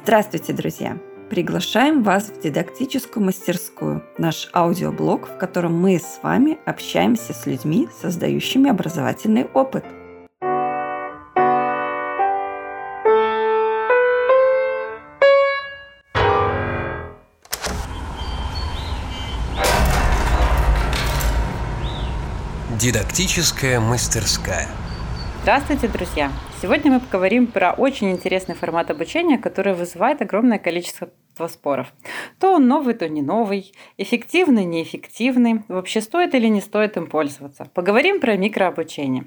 Здравствуйте, друзья! Приглашаем вас в дидактическую мастерскую, наш аудиоблог, в котором мы с вами общаемся с людьми, создающими образовательный опыт. Дидактическая мастерская. Здравствуйте, друзья! Сегодня мы поговорим про очень интересный формат обучения, который вызывает огромное количество споров. То он новый, то не новый, эффективный, неэффективный, вообще стоит или не стоит им пользоваться. Поговорим про микрообучение.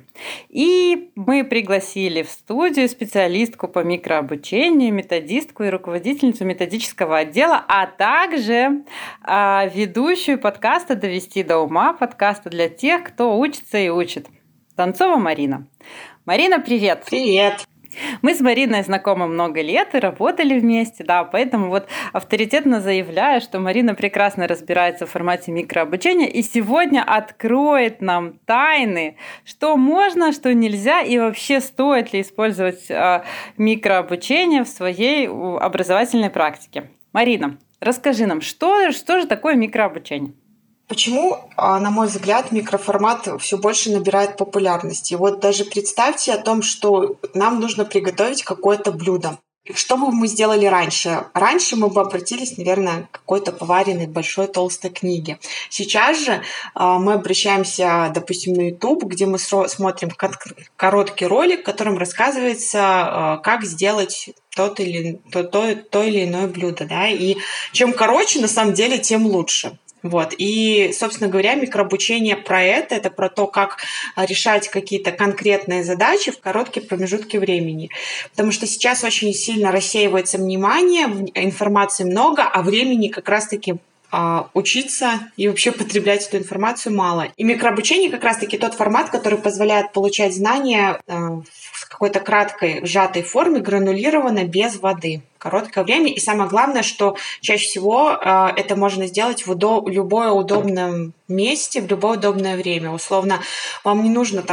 И мы пригласили в студию специалистку по микрообучению, методистку и руководительницу методического отдела, а также ведущую подкаста «Довести до ума», подкаста для тех, кто учится и учит. Донцова Марина. Марина, привет! Привет! Мы с Мариной знакомы много лет и работали вместе, поэтому авторитетно заявляю, что Марина прекрасно разбирается в формате микрообучения и сегодня откроет нам тайны, что можно, что нельзя и вообще стоит ли использовать микрообучение в своей образовательной практике. Марина, расскажи нам, что же такое микрообучение? Почему, на мой взгляд, микроформат все больше набирает популярности? Вот даже представьте о том, что нам нужно приготовить какое-то блюдо. Что бы мы сделали раньше? Раньше мы бы обратились, наверное, к какой-то поваренной большой толстой книге. Сейчас же мы обращаемся, допустим, на YouTube, где мы смотрим короткий ролик, в котором рассказывается, как сделать то или иное блюдо. Да? И чем короче, на самом деле, тем лучше. И, собственно говоря, микрообучение про это про то, как решать какие-то конкретные задачи в короткие промежутки времени. Потому что сейчас очень сильно рассеивается внимание, информации много, а времени как раз-таки учиться и вообще потреблять эту информацию мало. И микрообучение как раз-таки тот формат, который позволяет получать знания в какой-то краткой, сжатой форме, гранулированно, без воды. Короткое время. И самое главное, что чаще всего это можно сделать в любое удобном месте, в любое удобное время. Условно, вам не нужно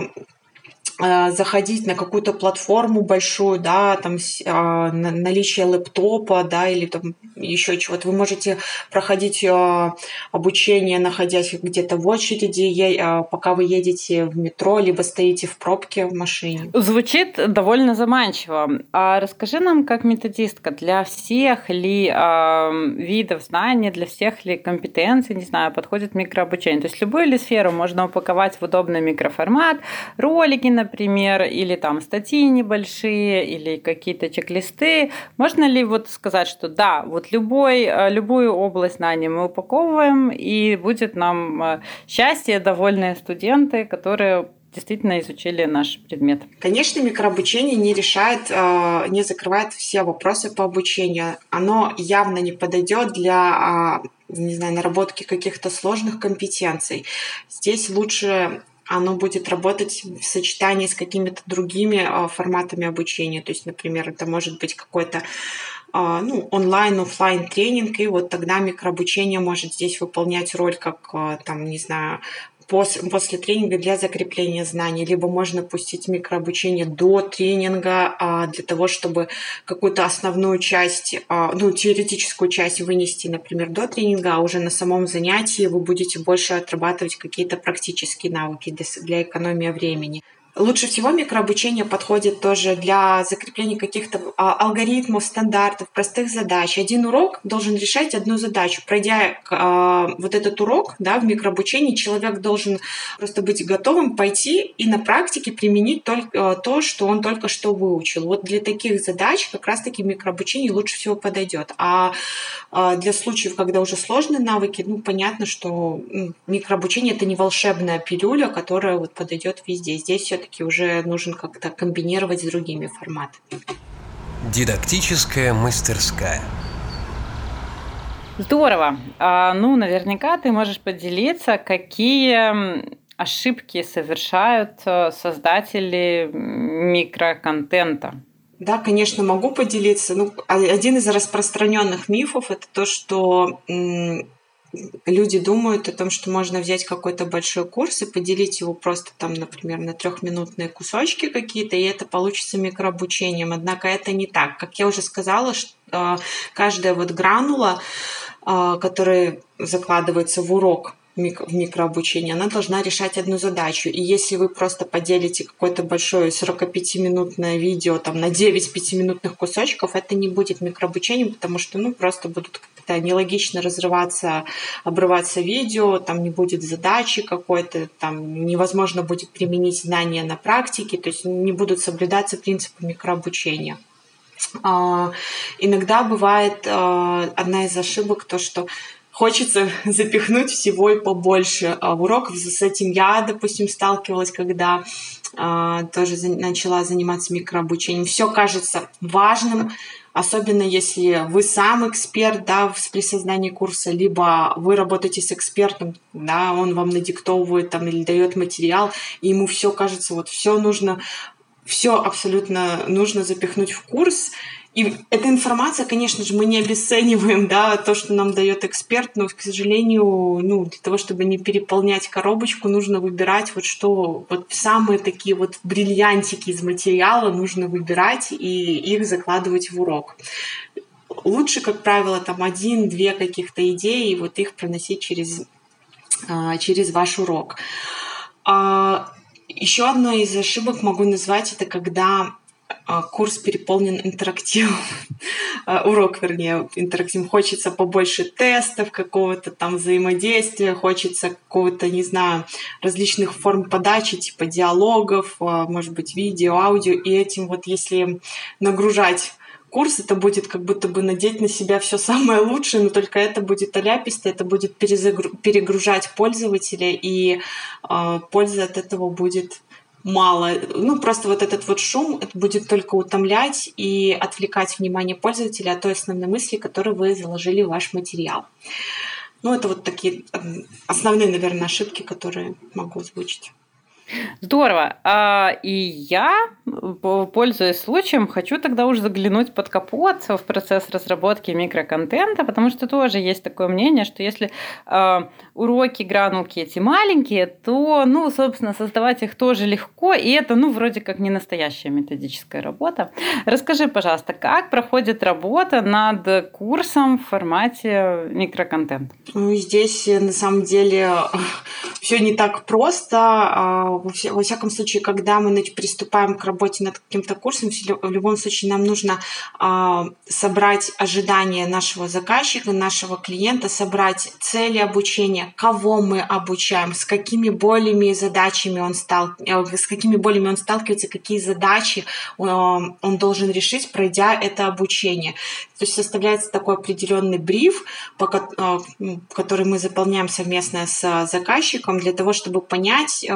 заходить на какую-то платформу большую, наличие лэптопа, или еще чего-то. Вы можете проходить обучение, находясь где-то в очереди, пока вы едете в метро, либо стоите в пробке в машине. Звучит довольно заманчиво. А расскажи нам, как методистка, для всех ли видов знаний, для всех ли компетенций, подходит микрообучение? То есть любую ли сферу можно упаковать в удобный микроформат, ролики, например, или статьи небольшие, или какие-то чек-листы. Можно ли сказать, что да, любую область знаний мы упаковываем, и будет нам счастье, довольные студенты, которые действительно изучили наш предмет? Конечно, микрообучение не закрывает все вопросы по обучению. Оно явно не подойдет для наработки каких-то сложных компетенций. Здесь лучше оно будет работать в сочетании с какими-то другими форматами обучения. То есть, например, это может быть какой-то онлайн, офлайн тренинг, и тогда микрообучение может здесь выполнять роль как, после тренинга для закрепления знаний, либо можно пустить микрообучение до тренинга для того, чтобы какую-то основную часть, теоретическую часть вынести, например, до тренинга, а уже на самом занятии вы будете больше отрабатывать какие-то практические навыки для экономии времени. Лучше всего микрообучение подходит тоже для закрепления каких-то алгоритмов, стандартов, простых задач. Один урок должен решать одну задачу. Пройдя этот урок в микрообучении, человек должен просто быть готовым пойти и на практике применить только то, что он только что выучил. Для таких задач как раз-таки микрообучение лучше всего подойдет. А для случаев, когда уже сложные навыки, понятно, что микрообучение – это не волшебная пилюля, которая подойдет везде. Здесь все-таки уже нужно как-то комбинировать с другими форматами. Дидактическая мастерская. Здорово. Наверняка ты можешь поделиться, какие ошибки совершают создатели микроконтента. Да, конечно, могу поделиться. Один из распространенных мифов – это то, что люди думают о том, что можно взять какой-то большой курс и поделить его просто например, на 3-минутные кусочки какие-то, и это получится микрообучением. Однако это не так. Как я уже сказала, каждая вот гранула, которая закладывается в урок, в микрообучении, она должна решать одну задачу. И если вы просто поделите какое-то большое 45-минутное видео там, на 9 5-минутных кусочков, это не будет микрообучением, потому что просто будут как-то нелогично обрываться видео, там не будет задачи какой-то, там невозможно будет применить знания на практике, то есть не будут соблюдаться принципы микрообучения. Иногда бывает одна из ошибок то, что хочется запихнуть всего и побольше уроков. С этим я, допустим, сталкивалась, когда тоже начала заниматься микрообучением. Все кажется важным, особенно если вы сам эксперт, при создании курса, либо вы работаете с экспертом, он вам надиктовывает или дает материал, и ему все кажется, все нужно, все абсолютно нужно запихнуть в курс. И эта информация, конечно же, мы не обесцениваем, то, что нам дает эксперт, но, к сожалению, для того, чтобы не переполнять коробочку, нужно выбирать самые такие бриллиантики из материала нужно выбирать и их закладывать в урок. Лучше, как правило, 1-2 каких-то идеи, и их проносить через ваш урок. Еще одной из ошибок могу назвать, это когда курс переполнен интерактивом, урок, интерактивом. Хочется побольше тестов, какого-то взаимодействия, хочется какого-то, различных форм подачи, типа диалогов, может быть, видео, аудио. И этим если нагружать курс, это будет как будто бы надеть на себя все самое лучшее, но только это будет аляписто, это будет перегружать пользователя, и пользы от этого будет мало. Просто этот шум это будет только утомлять и отвлекать внимание пользователя от той основной мысли, которую вы заложили в ваш материал. Это такие основные, наверное, ошибки, которые могу озвучить. Здорово. И я, пользуясь случаем, хочу тогда уж заглянуть под капот в процесс разработки микроконтента, потому что тоже есть такое мнение, что если уроки, гранулки эти маленькие, то, собственно, создавать их тоже легко, и это, вроде как не настоящая методическая работа. Расскажи, пожалуйста, как проходит работа над курсом в формате микроконтента? Здесь, на самом деле, все не так просто. Во всяком случае, когда мы приступаем к работе над каким-то курсом, в любом случае нам нужно собрать ожидания нашего заказчика, нашего клиента, собрать цели обучения, кого мы обучаем, с какими болями и задачами он сталкивается, какие задачи он должен решить, пройдя это обучение. То есть составляется такой определенный бриф, который мы заполняем совместно с заказчиком для того, чтобы понять,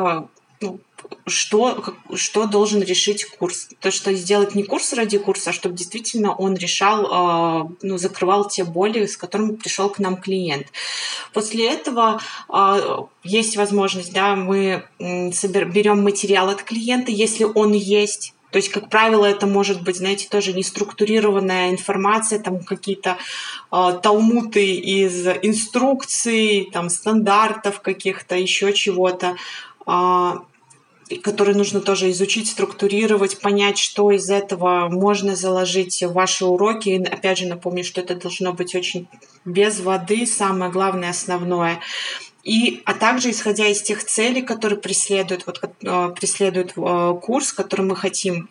что должен решить курс. То, что сделать не курс ради курса, а чтобы действительно он решал, закрывал те боли, с которыми пришел к нам клиент. После этого есть возможность, мы берем материал от клиента, если он есть. То есть, как правило, это может быть, тоже неструктурированная информация, какие-то талмуды из инструкций, стандартов каких-то, еще чего-то, которые нужно тоже изучить, структурировать, понять, что из этого можно заложить в ваши уроки. И, опять же, напомню, что это должно быть очень без воды, самое главное, основное. А также, исходя из тех целей, которые преследует курс, который мы хотим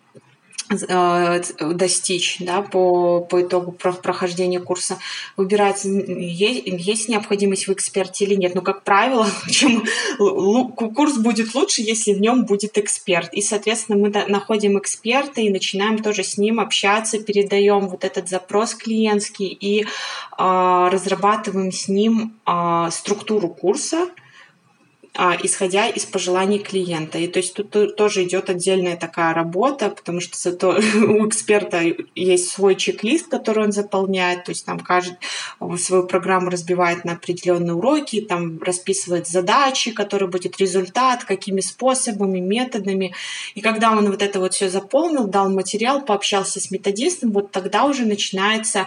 достичь по итогу прохождения курса, выбирать, есть необходимость в эксперте или нет. Но, как правило, курс будет лучше, если в нем будет эксперт. И, соответственно, мы находим эксперта и начинаем тоже с ним общаться, передаем этот запрос клиентский и разрабатываем с ним структуру курса, исходя из пожеланий клиента. И то есть тут тоже идет отдельная такая работа, потому что зато у эксперта есть свой чек-лист, который он заполняет, то есть там каждый свою программу разбивает на определенные уроки, там расписывает задачи, который будет результат, какими способами, методами. И когда он это все заполнил, дал материал, пообщался с методистом, тогда уже начинается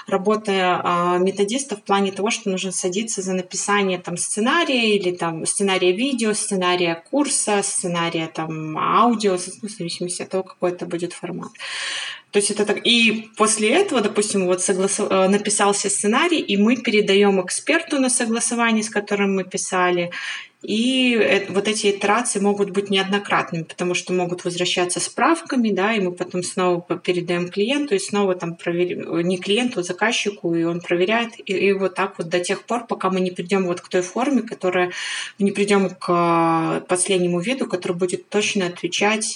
работа методиста в плане того, что нужно садиться за написание сценария или сценарий сценария видео, сценария курса, сценария там аудио, в зависимости от того, какой это будет формат. То есть это так. И после этого, допустим, вот написался сценарий, и мы передаем эксперту на согласование, с которым мы писали. И вот эти итерации могут быть неоднократными, потому что могут возвращаться справками, да, и мы потом снова передаем клиенту, и снова там проверим, не клиенту, а заказчику, и он проверяет, и вот так вот до тех пор, пока мы не придем вот к той форме, не придем к последнему виду, который будет точно отвечать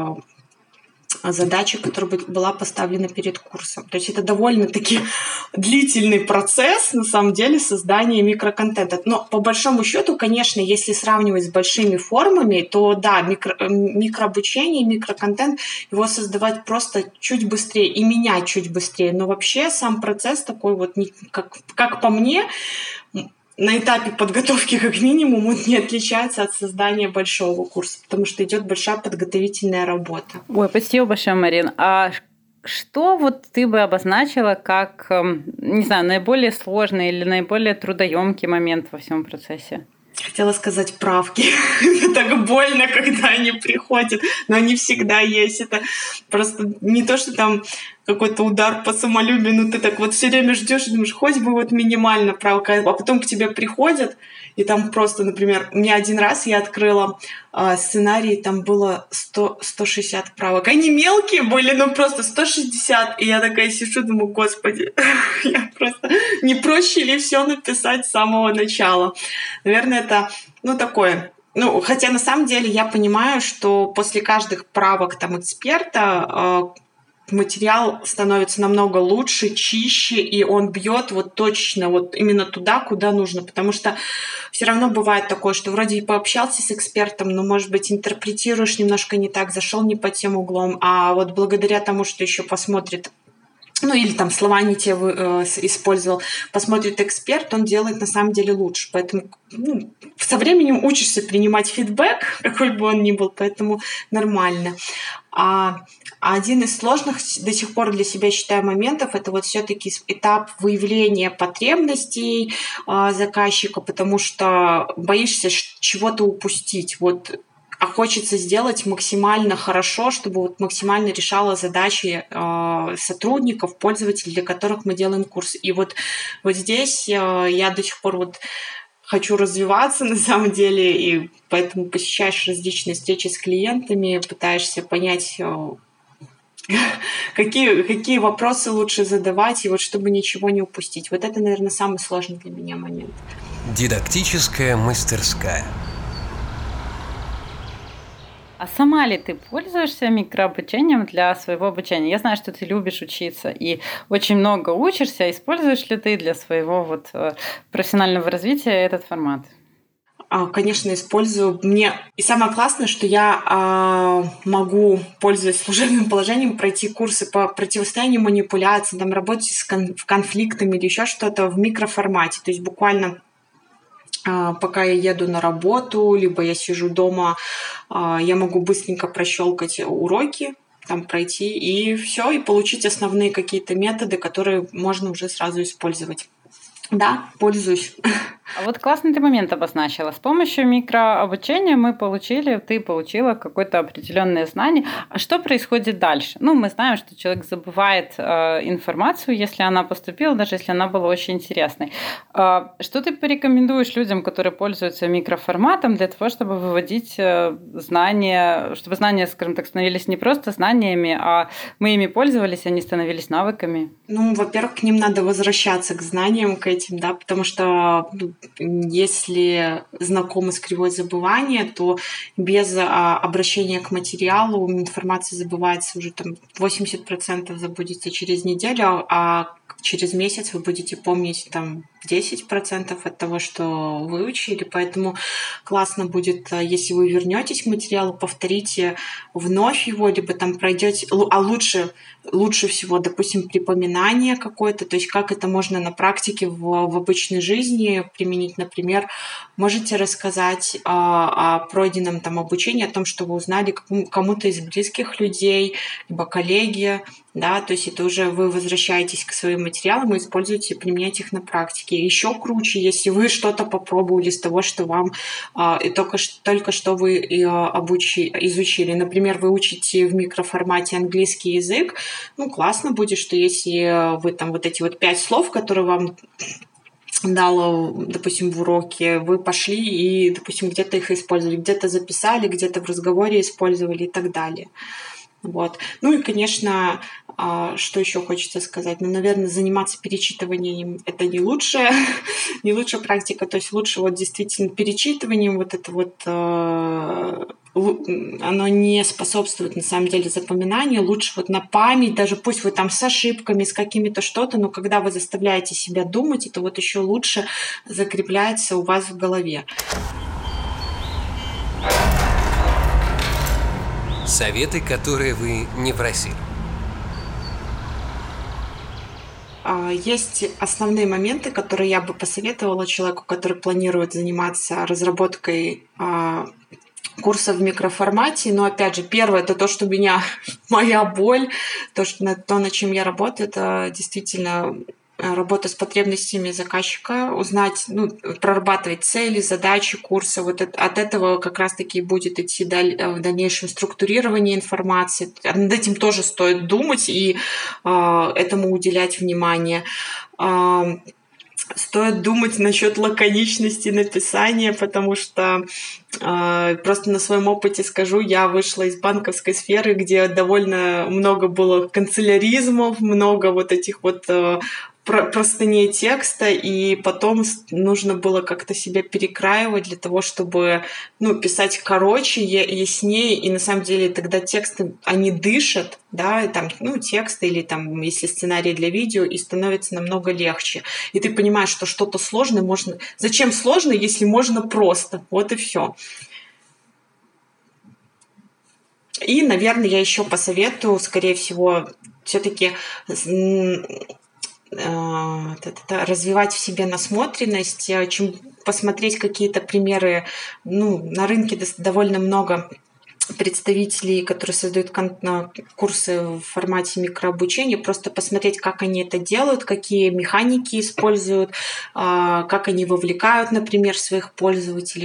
задача, которая была поставлена перед курсом. То есть это довольно-таки длительный процесс, на самом деле, создания микроконтента. Но по большому счету, конечно, если сравнивать с большими формами, то да, микрообучение, микроконтент, его создавать просто чуть быстрее и менять чуть быстрее. Но вообще сам процесс такой вот, как по мне, на этапе подготовки как минимум он не отличается от создания большого курса, потому что идет большая подготовительная работа. Ой, спасибо большое, Марин. А что вот ты бы обозначила как, не знаю, наиболее сложный или наиболее трудоемкий момент во всем процессе? Хотела сказать правки. Это так больно, когда они приходят, но они всегда есть. Это просто не то, что там какой-то удар по самолюбию, но ты так вот все время ждешь и думаешь, хоть бы вот минимально правка, а потом к тебе приходят, и там просто, например, мне один раз я открыла сценарий, там было 160 правок. Они мелкие были, но просто 160. И я такая сижу, думаю, господи, я просто не проще ли все написать с самого начала? Наверное, это, такое. Хотя на самом деле я понимаю, что после каждых правок там эксперта материал становится намного лучше, чище, и он бьет вот точно вот именно туда, куда нужно, потому что все равно бывает такое, что вроде и пообщался с экспертом, но, может быть, интерпретируешь немножко не так, зашел не по тем углом, а вот благодаря тому, что еще посмотрит, или там слова не те использовал, посмотрит эксперт, он делает на самом деле лучше. Поэтому со временем учишься принимать фидбэк, какой бы он ни был, поэтому нормально. А один из сложных до сих пор для себя, считаю, моментов — это вот все-таки этап выявления потребностей заказчика, потому что боишься чего-то упустить. А хочется сделать максимально хорошо, чтобы вот максимально решала задачи сотрудников, пользователей, для которых мы делаем курс. И вот здесь я до сих пор хочу развиваться на самом деле, и поэтому посещаешь различные встречи с клиентами, пытаешься понять, какие вопросы лучше задавать, и вот чтобы ничего не упустить. Вот это, наверное, самый сложный для меня момент. Дидактическая мастерская. А сама ли ты пользуешься микрообучением для своего обучения? Я знаю, что ты любишь учиться и очень много учишься. Используешь ли ты для своего профессионального развития этот формат? Конечно, использую. И самое классное, что я могу, пользуясь служебным положением, пройти курсы по противостоянию манипуляциям, там, работе с конфликтами или еще что-то в микроформате. То есть буквально пока я еду на работу, либо я сижу дома, я могу быстренько прощелкать уроки, там пройти, и все, и получить основные какие-то методы, которые можно уже сразу использовать. Да, пользуюсь. А вот классный ты момент обозначила. С помощью микрообучения ты получила какое-то определенное знание. А что происходит дальше? Мы знаем, что человек забывает информацию, если она поступила, даже если она была очень интересной. Что ты порекомендуешь людям, которые пользуются микроформатом, для того, чтобы выводить знания, чтобы знания, скажем так, становились не просто знаниями, а мы ими пользовались, они становились навыками? Во-первых, к ним надо возвращаться, к знаниям, к этим, да, потому что если знакомы с кривой забывания, то без обращения к материалу информация забывается уже 80% забудется через неделю, а через месяц вы будете помнить 10% от того, что выучили. Поэтому классно будет, если вы вернетесь к материалу, повторите вновь его, либо пройдете, а лучше лучше всего, допустим, припоминание какое-то, то есть как это можно на практике в обычной жизни применить. Например, можете рассказать о пройденном там обучении, о том, что вы узнали кому-то из близких людей, либо коллеги, да, то есть это уже вы возвращаетесь к своим материалам и используете, применяете их на практике. Еще круче, если вы что-то попробовали из того, что вам только что вы изучили. Например, вы учите в микроформате английский язык, классно будет, что если вы там вот эти вот 5 слов, которые вам дал, допустим, в уроке, вы пошли и, допустим, где-то их использовали, где-то записали, где-то в разговоре использовали и так далее. Вот. И, конечно, что еще хочется сказать? Наверное, заниматься перечитыванием – это не лучшая практика, то есть лучше вот действительно перечитыванием вот это вот оно не способствует на самом деле запоминанию, лучше вот на память, даже пусть вы там с ошибками, с какими-то что-то, но когда вы заставляете себя думать, это вот еще лучше закрепляется у вас в голове. Советы, которые вы не просили. Есть основные моменты, которые я бы посоветовала человеку, который планирует заниматься разработкой курсов в микроформате. Но опять же, первое, это то, что моя боль, то, над чем я работаю, это действительно работа с потребностями заказчика, узнать, прорабатывать цели, задачи курса. Вот от этого как раз-таки будет идти в дальнейшем структурирование информации. Над этим тоже стоит думать и этому уделять внимание. Стоит думать насчет лаконичности написания, потому что просто на своем опыте скажу, я вышла из банковской сферы, где довольно много было канцеляризмов, много вот этих вот простыней текста, и потом нужно было как-то себя перекраивать для того, чтобы писать короче, яснее, и на самом деле тогда тексты, они дышат, да, там, тексты или там, если сценарий для видео, и становится намного легче. И ты понимаешь, что что-то сложное можно... Зачем сложно, если можно просто? Вот и все. И, наверное, я еще посоветую, скорее всего, все-таки развивать в себе насмотренность, чем посмотреть какие-то примеры. На рынке довольно много представителей, которые создают курсы в формате микрообучения, просто посмотреть, как они это делают, какие механики используют, как они вовлекают, например, своих пользователей,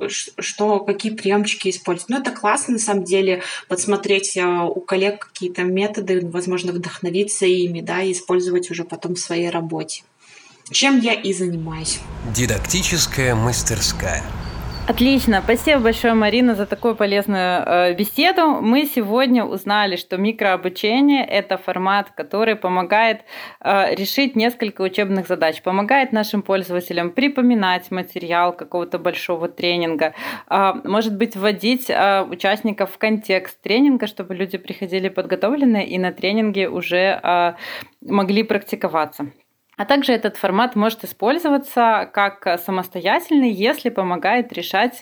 какие приемчики используют. Это классно, на самом деле, подсмотреть у коллег какие-то методы, возможно, вдохновиться ими, да, и использовать уже потом в своей работе. Чем я и занимаюсь. Дидактическая мастерская. Отлично. Спасибо большое, Марина, за такую полезную беседу. Мы сегодня узнали, что микрообучение – это формат, который помогает решить несколько учебных задач, помогает нашим пользователям припоминать материал какого-то большого тренинга, может быть, вводить участников в контекст тренинга, чтобы люди приходили подготовленные и на тренинге уже могли практиковаться. А также этот формат может использоваться как самостоятельный, если помогает решать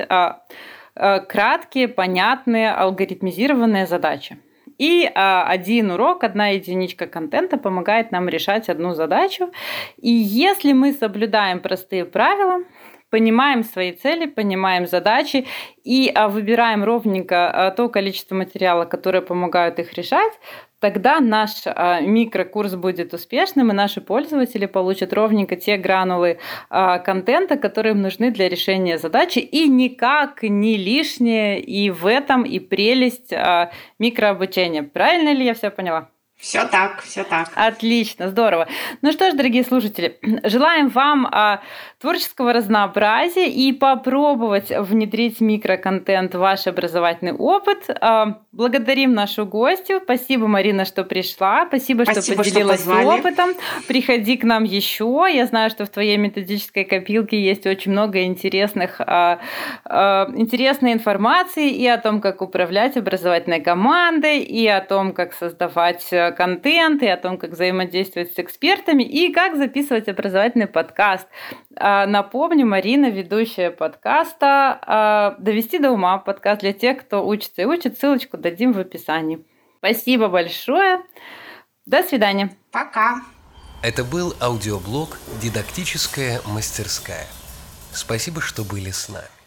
краткие, понятные, алгоритмизированные задачи. И один урок, одна единичка контента помогает нам решать одну задачу. И если мы соблюдаем простые правила, понимаем свои цели, понимаем задачи и выбираем ровненько то количество материала, которые помогают их решать, тогда наш микрокурс будет успешным, и наши пользователи получат ровненько те гранулы контента, которые им нужны для решения задачи, и никак не лишнее, и в этом и прелесть микрообучения. Правильно ли я все поняла? Все так, все так. Отлично, здорово. Ну что ж, дорогие слушатели, желаем вам творческого разнообразия и попробовать внедрить микроконтент в ваш образовательный опыт. Благодарим нашу гостью. Спасибо, Марина, что пришла. Спасибо, что поделилась опытом. Приходи к нам еще. Я знаю, что в твоей методической копилке есть очень много интересной информации и о том, как управлять образовательной командой, и о том, как создавать контент, и о том, как взаимодействовать с экспертами, и как записывать образовательный подкаст. Напомню, Марина, ведущая подкаста «Довести до ума», подкаст для тех, кто учится и учит. Ссылочку дадим в описании. Спасибо большое. До свидания. Пока. Это был аудиоблог «Дидактическая мастерская». Спасибо, что были с нами.